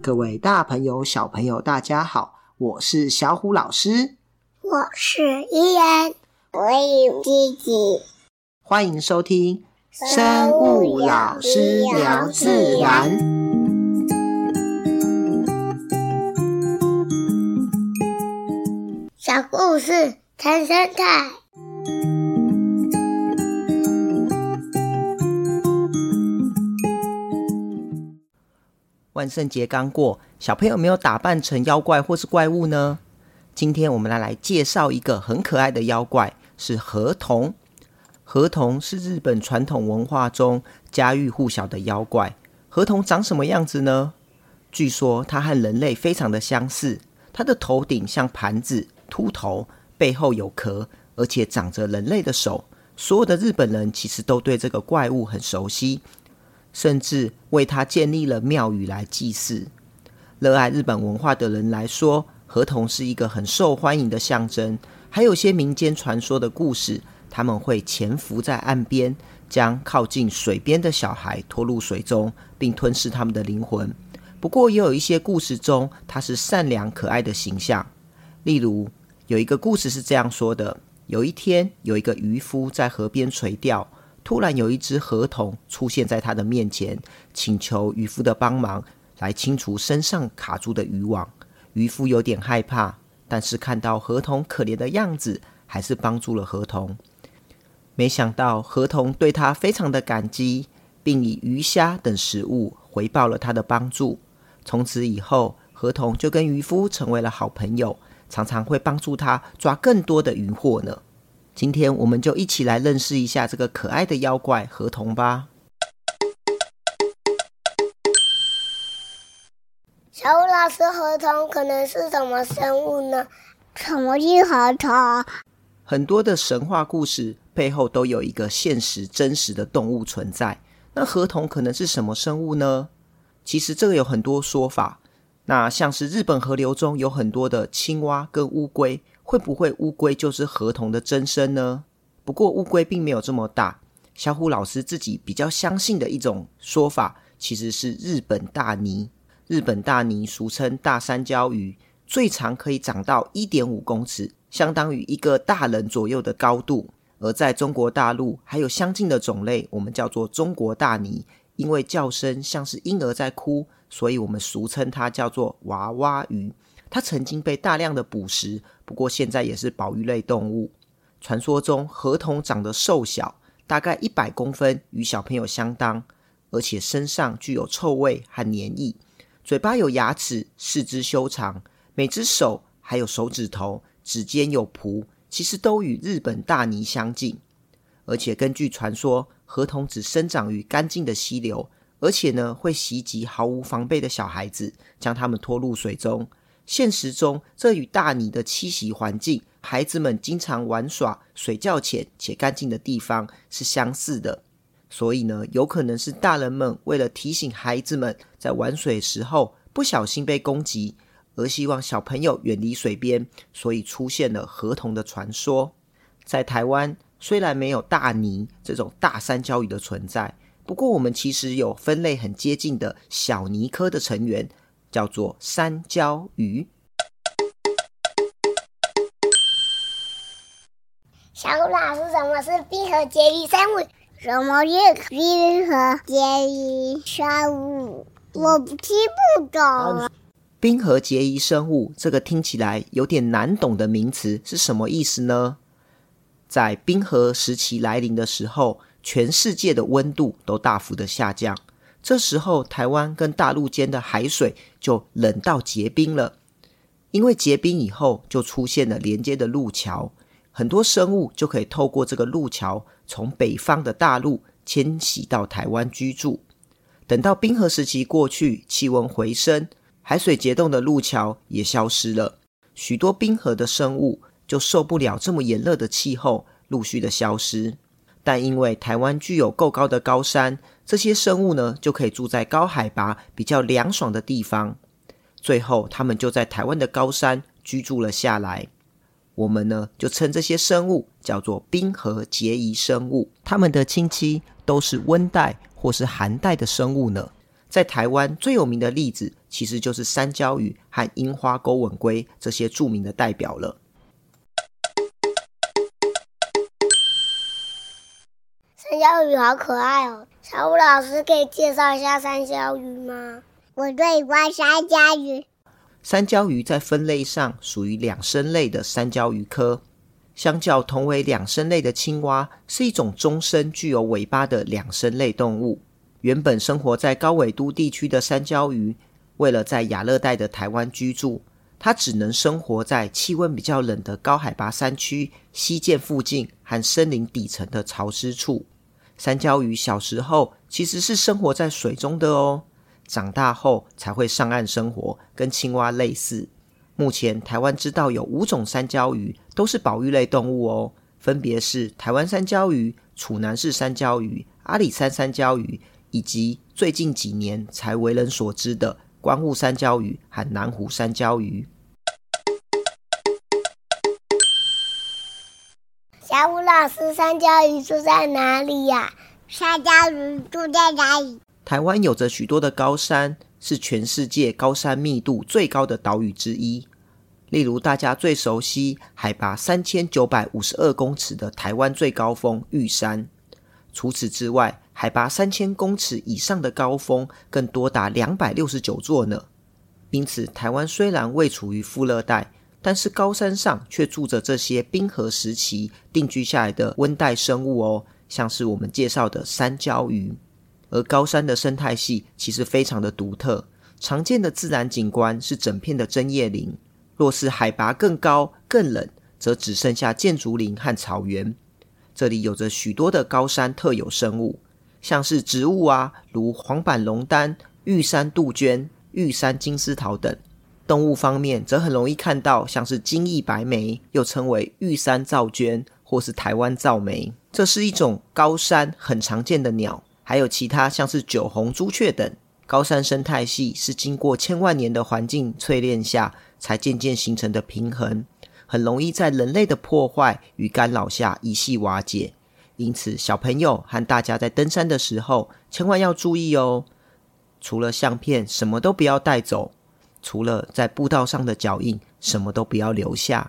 各位大朋友小朋友大家好，我是小虎老师。 我是依然，我有弟弟。 欢迎收听生物老师聊自然。 小故事谈生态。 万圣节刚过，小朋友有没有打扮成妖怪或是怪物呢？今天我们来介绍一个很可爱的妖怪，是河童。河童是日本传统文化中家喻户晓的妖怪。河童长什么样子呢？据说它和人类非常的相似，它的头顶像盘子，秃头，背后有壳，而且长着人类的手。所有的日本人其实都对这个怪物很熟悉，甚至为它建立了庙宇来祭祀。热爱日本文化的人来说，河童是一个很受欢迎的象征。还有些民间传说的故事，他们会潜伏在岸边，将靠近水边的小孩拖入水中，并吞噬他们的灵魂。不过也有一些故事中，它是善良可爱的形象。例如有一个故事是这样说的：有一天，有一个渔夫在河边垂钓，突然有一只河童出现在他的面前，请求渔夫的帮忙来清除身上卡住的渔网。渔夫有点害怕，但是看到河童可怜的样子，还是帮助了河童。没想到河童对他非常的感激，并以鱼虾等食物回报了他的帮助。从此以后，河童就跟渔夫成为了好朋友，常常会帮助他抓更多的渔获呢。今天我们就一起来认识一下这个可爱的妖怪河童吧。 小虎老师，河童可能是什么生物呢？什么是河童？ 很多的神话故事背后都有一个现实真实的动物存在。那河童可能是什么生物呢？其实这个有很多说法。那像是日本河流中有很多的青蛙跟乌龟，会不会乌龟就是河童的真身呢？不过乌龟并没有这么大。小虎老师自己比较相信的一种说法，其实是日本大鲵。日本大鲵俗称大山椒鱼，最长可以长到 1.5 公尺，相当于一个大人左右的高度。而在中国大陆还有相近的种类，我们叫做中国大鲵，因为叫声像是婴儿在哭，所以我们俗称它叫做娃娃鱼。它曾经被大量的捕食，不过现在也是保育类动物。传说中河童长得瘦小，大概100公分，与小朋友相当，而且身上具有臭味和黏液，嘴巴有牙齿，四肢修长，每只手还有手指头指尖有蹼，其实都与日本大鲵相近。而且根据传说，河童只生长于干净的溪流，而且呢会袭击毫无防备的小孩子，将他们拖入水中。现实中这与大鲵的栖息环境，孩子们经常玩耍、水较浅且干净的地方是相似的。所以呢，有可能是大人们为了提醒孩子们在玩水时候不小心被攻击，而希望小朋友远离水边，所以出现了河童的传说。在台湾虽然没有大鲵这种大山椒鱼的存在，不过我们其实有分类很接近的小鲵科的成员，叫做山椒鱼。 小虎老师，什么是冰河结鱼生物？什么是冰河结鱼生物？我听不懂。 冰河结鱼生物这个听起来有点难懂的名词是什么意思呢？在冰河时期来临的时候，全世界的温度都大幅的下降，这时候台湾跟大陆间的海水就冷到结冰了。因为结冰以后，就出现了连接的陆桥，很多生物就可以透过这个陆桥从北方的大陆迁徙到台湾居住。等到冰河时期过去，气温回升，海水结冻的陆桥也消失了，许多冰河的生物就受不了这么炎热的气候，陆续的消失。但因为台湾具有够高的高山，这些生物呢就可以住在高海拔比较凉爽的地方，最后他们就在台湾的高山居住了下来。我们呢就称这些生物叫做冰河结移生物，它们的亲戚都是温带或是寒带的生物呢。 在台湾最有名的例子其实就是山椒鱼和樱花钩吻龟这些著名的代表了。 山椒鱼好可爱哦，小虎老师可以介绍一下山椒鱼吗？我最喜欢山椒鱼。 山椒鱼在分类上属于两生类的山椒鱼科，相较同为两生类的青蛙，是一种终身具有尾巴的两生类动物。原本生活在高纬度地区的山椒鱼，为了在亚热带的台湾居住，它只能生活在气温比较冷的高海拔山区、溪涧附近和森林底层的潮湿处。山椒鱼小时候其实是生活在水中的哦，长大后才会上岸生活，跟青蛙类似。目前台湾知道有5种山椒鱼，都是保育类动物哦，分别是台湾山椒鱼、处南市山椒鱼、阿里山山椒鱼，以及最近几年才为人所知的观雾山椒鱼和南湖山椒鱼。 小虎老师，山椒鱼住在哪里呀？山椒鱼住在哪里？ 台湾有着许多的高山，是全世界高山密度最高的岛屿之一。例如大家最熟悉海拔3952公尺的台湾最高峰玉山。除此之外，海拔3000公尺以上的高峰更多达269座呢。因此台湾虽然位处于副热带，但是高山上却住着这些冰河时期定居下来的温带生物哦，像是我们介绍的山椒鱼。而高山的生态系其实非常的独特，常见的自然景观是整片的针叶林，若是海拔更高更冷，则只剩下箭竹林和草原。这里有着许多的高山特有生物，像是植物啊，如黄板龙丹、玉山杜鹃、玉山金丝桃等。动物方面则很容易看到像是金翼白眉，又称为玉山噪鹃或是台湾噪眉，这是一种高山很常见的鸟。还有其他像是酒红朱雀等。高山生态系是经过千万年的环境淬炼下才渐渐形成的平衡，很容易在人类的破坏与干扰下一夕瓦解。因此小朋友和大家在登山的时候千万要注意哦，除了相片什么都不要带走，除了在步道上的脚印什么都不要留下。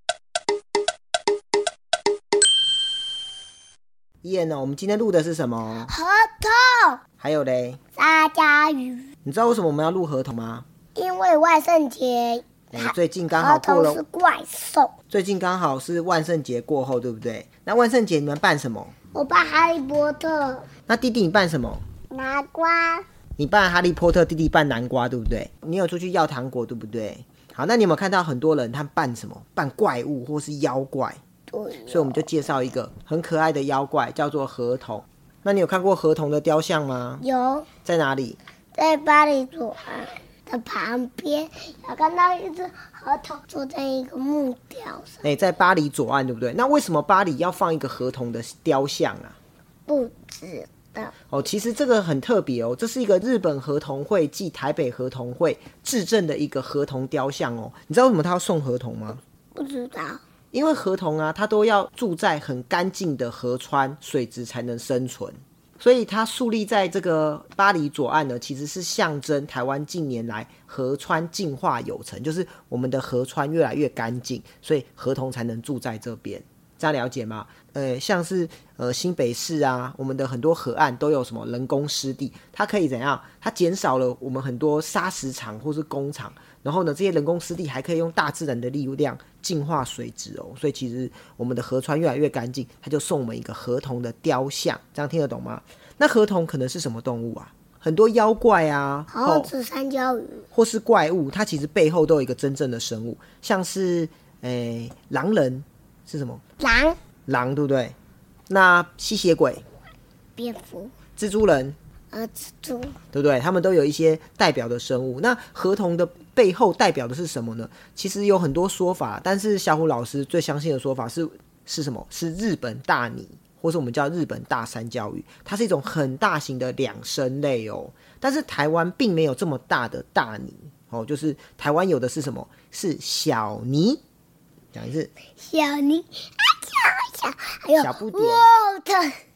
燕哦，我们今天录的是什么？ 河童。 还有嘞， 山椒鱼。 你知道为什么我们要录河童吗？ 因为万圣节， 最近刚好过了， 河童是怪兽。 最近刚好是万圣节过后，对不对？那万圣节你们办什么？ 我扮哈利波特。 那弟弟你扮什么？ 南瓜。 你扮哈利波特，弟弟扮南瓜，对不对？你有出去要糖果，对不对？好，那你有没有看到很多人他扮什么？扮怪物或是妖怪？ 对， 所以我们就介绍一个很可爱的妖怪，叫做河童。那你有看过河童的雕像吗？ 有。 在哪里？ 在巴黎左岸的旁边，有看到一只河童坐在一个木雕上。 在巴黎左岸，对不对？那为什么巴黎要放一个河童的雕像啊？ 不知道。 其实这个很特别哦，这是一个日本河童会暨台北河童会制证的一个河童雕像哦。你知道为什么他要送河童吗？ 不知道。 因为河童啊，它都要住在很干净的河川水质才能生存，所以它树立在这个巴黎左岸呢，其实是象征台湾近年来河川净化有成，就是我们的河川越来越干净，所以河童才能住在这边。这样了解吗？像是新北市啊，我们的很多河岸都有什么人工湿地，它可以怎样？它减少了我们很多砂石场或是工厂，然后呢，这些人工湿地还可以用大自然的力量净化水质哦。所以其实我们的河川越来越干净，它就送我们一个河童的雕像，这样听得懂吗？那河童可能是什么动物啊？很多妖怪啊， 好像是山椒鱼， 或是怪物，它其实背后都有一个真正的生物，像是狼人是什么？狼，对不对？那吸血鬼、 蝙蝠、 蜘蛛人、 蜘蛛， 对不对？他们都有一些代表的生物。那河童的背后代表的是什么呢？其实有很多说法，但是小虎老师最相信的说法是什么？是日本大拟，或是我们叫日本大山椒鱼，它是一种很大型的两生类哦。但是台湾并没有这么大的大拟哦，就是台湾有的是什么？是小拟。讲一次， 小泥，还有小不点。 特。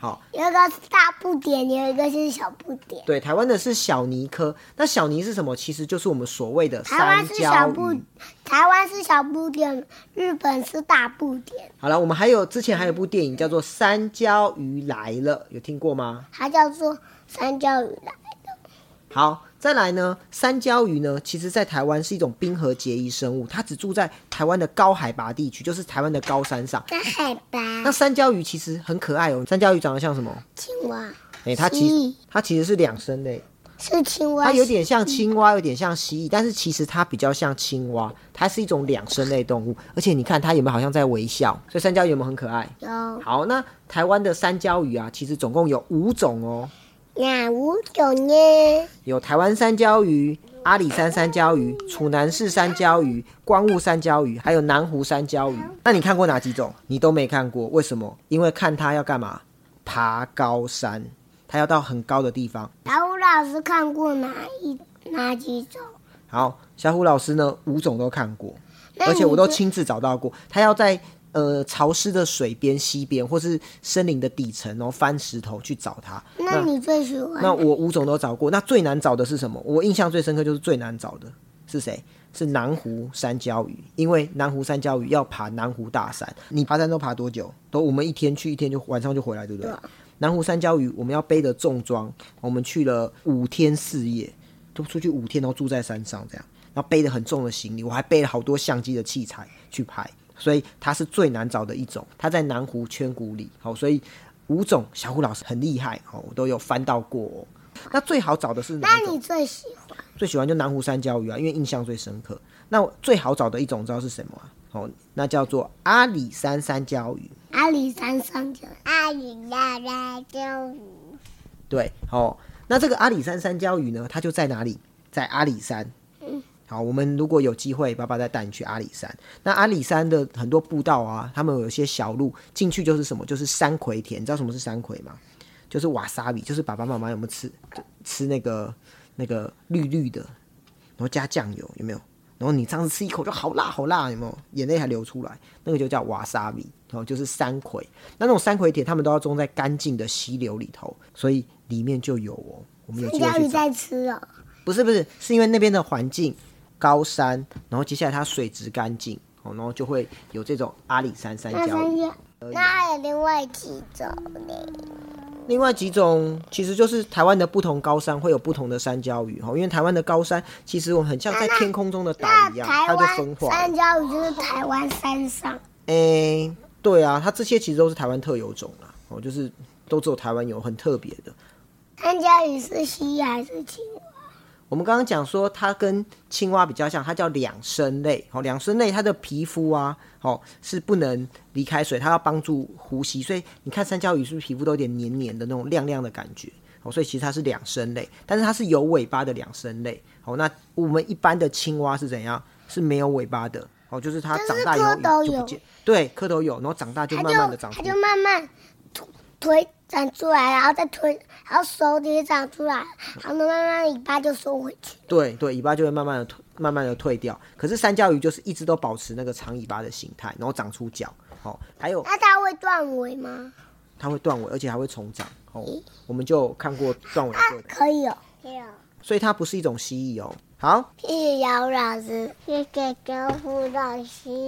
好， 有一个是大不点，有一个是小不点。 对，台湾的是小泥科。那小泥是什么？其实就是我们所谓的台湾三焦鱼。 台湾是小不点，日本是大不点。 好了，我们之前还有部电影叫做《三焦鱼来了》，有听过吗？ 它叫做三焦鱼来了。 好，再来呢，三焦鱼呢，其实在台湾是一种冰河结衣生物，它只住在台湾的高海拔地区，就是台湾的高山上。 在海拔。 那三焦鱼其实很可爱哦。三焦鱼长得像什么？ 青蛙。 它其实是两生类。 是青蛙。 它有点像青蛙，有点像蜥蜴，但是其实它比较像青蛙，它是一种两生类动物。而且你看它有没有好像在微笑？所以三焦鱼有没有很可爱？ 有。 好，那台湾的三焦鱼啊，其实总共有5种哦。 哪5种呢？ 有台湾三焦鱼、阿里山三焦鱼、楚南市三焦鱼、观雾三焦鱼，还有南湖三焦鱼。那你看过哪几种？你都没看过，为什么？因为看它要干嘛？爬高山，它要到很高的地方。 小虎老师看过哪几种？ 好，小虎老师呢5种都看过，而且我都亲自找到过。他要在潮湿的水边、溪边，或是森林的底层，然后翻石头去找它。 那你最喜欢？ 那我5种都找过。那最难找的是什么？我印象最深刻就是最难找的是谁？是南湖三焦鱼。因为南湖三焦鱼要爬南湖大山，你爬山都爬多久？我们一天去一天就晚上就回来，对不对？对。南湖三焦鱼我们要背的重装，我们去了5天4夜，都出去5天，然后住在山上这样，然后背着很重的行李，我还背了好多相机的器材去拍。所以它是最难找的一种，它在南湖圈谷里。好，所以5种小虎老师很厉害，我都有翻到过哦。那最好找的是哪一种？ 那你最喜欢？ 最喜欢就南湖三焦鱼啊，因为印象最深刻。那最好找的一种知道是什么啊？那叫做阿里山三焦鱼。 阿里山三焦鱼。阿里山三焦鱼。 对，那这个阿里山三焦鱼呢，它就在哪里？在阿里山。好，我们如果有机会，爸爸再带你去阿里山。那阿里山的很多步道啊，他们有些小路进去就是什么？就是山葵田。你知道什么是山葵吗？就是瓦萨比，就是爸爸妈妈有没有吃那个绿绿的，然后加酱油，有没有？然后你这样子吃一口就好辣好辣，有没有？眼泪还流出来，那个就叫瓦萨比，就是山葵。那种山葵田，他们都要种在干净的溪流里头，所以里面就有哦。我们有机会去找。 三焦鱼在吃哦？ 不是，是因为那边的环境高山，然后接下来它水质干净，然后就会有这种阿里山三焦鱼。 那还有另外几种呢？ 另外几种其实就是台湾的不同高山会有不同的三焦鱼，因为台湾的高山其实我们很像在天空中的岛一样，它就分化了。 三焦鱼就是台湾山上。 对啊，它这些其实都是台湾特有种啦，就是都只有台湾有，很特别的。 三焦鱼是蜥蜴还是青蛙？ 我们刚刚讲说它跟青蛙比较像，它叫两生类。两生类它的皮肤啊，是不能离开水，它要帮助呼吸，所以你看三焦鱼是不是皮肤都有点黏黏的那种亮亮的感觉？所以其实它是两生类，但是它是有尾巴的两生类。那我们一般的青蛙是怎样？是没有尾巴的。就是它长大以后就不见。对，蝌蚪有，然后长大就慢慢的长出来。 它就慢慢腿长出来，然后再然后手也长出来，然后慢慢尾巴就收回去。对， 尾巴就会慢慢的退掉。可是三焦鱼就是一直都保持那个长尾巴的形态，然后长出脚。还有， 那它会断尾吗？ 它会断尾，而且还会重长。我们就看过断尾的个可以哦， 所以它不是一种蜥蜴哦。好， 谢谢姚老师，谢谢周虎老师。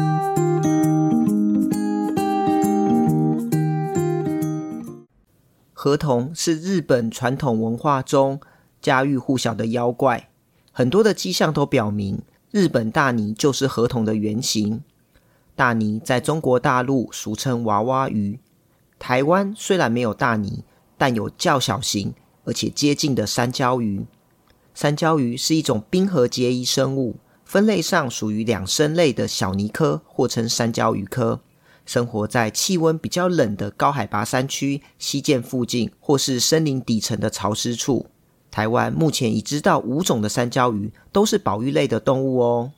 河童是日本传统文化中家喻户晓的妖怪，很多的迹象都表明日本大尼就是河童的原型。大尼在中国大陆俗称娃娃鱼，台湾虽然没有大尼，但有较小型而且接近的三焦鱼。三焦鱼是一种冰河结衣生物，分类上属于两生类的小泥科，或称三焦鱼科，生活在气温比较冷的高海拔山区、溪涧附近或是森林底层的潮湿处。台湾目前已知道5种的三焦鱼都是保育类的动物哦。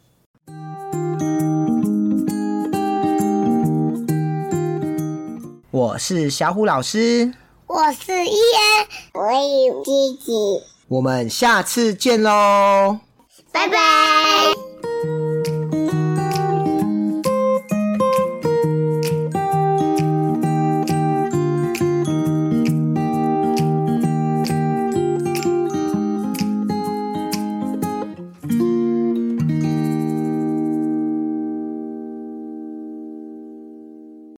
我是小虎老师， 我是伊恩，我有吉吉， 我们下次见喽， 拜拜。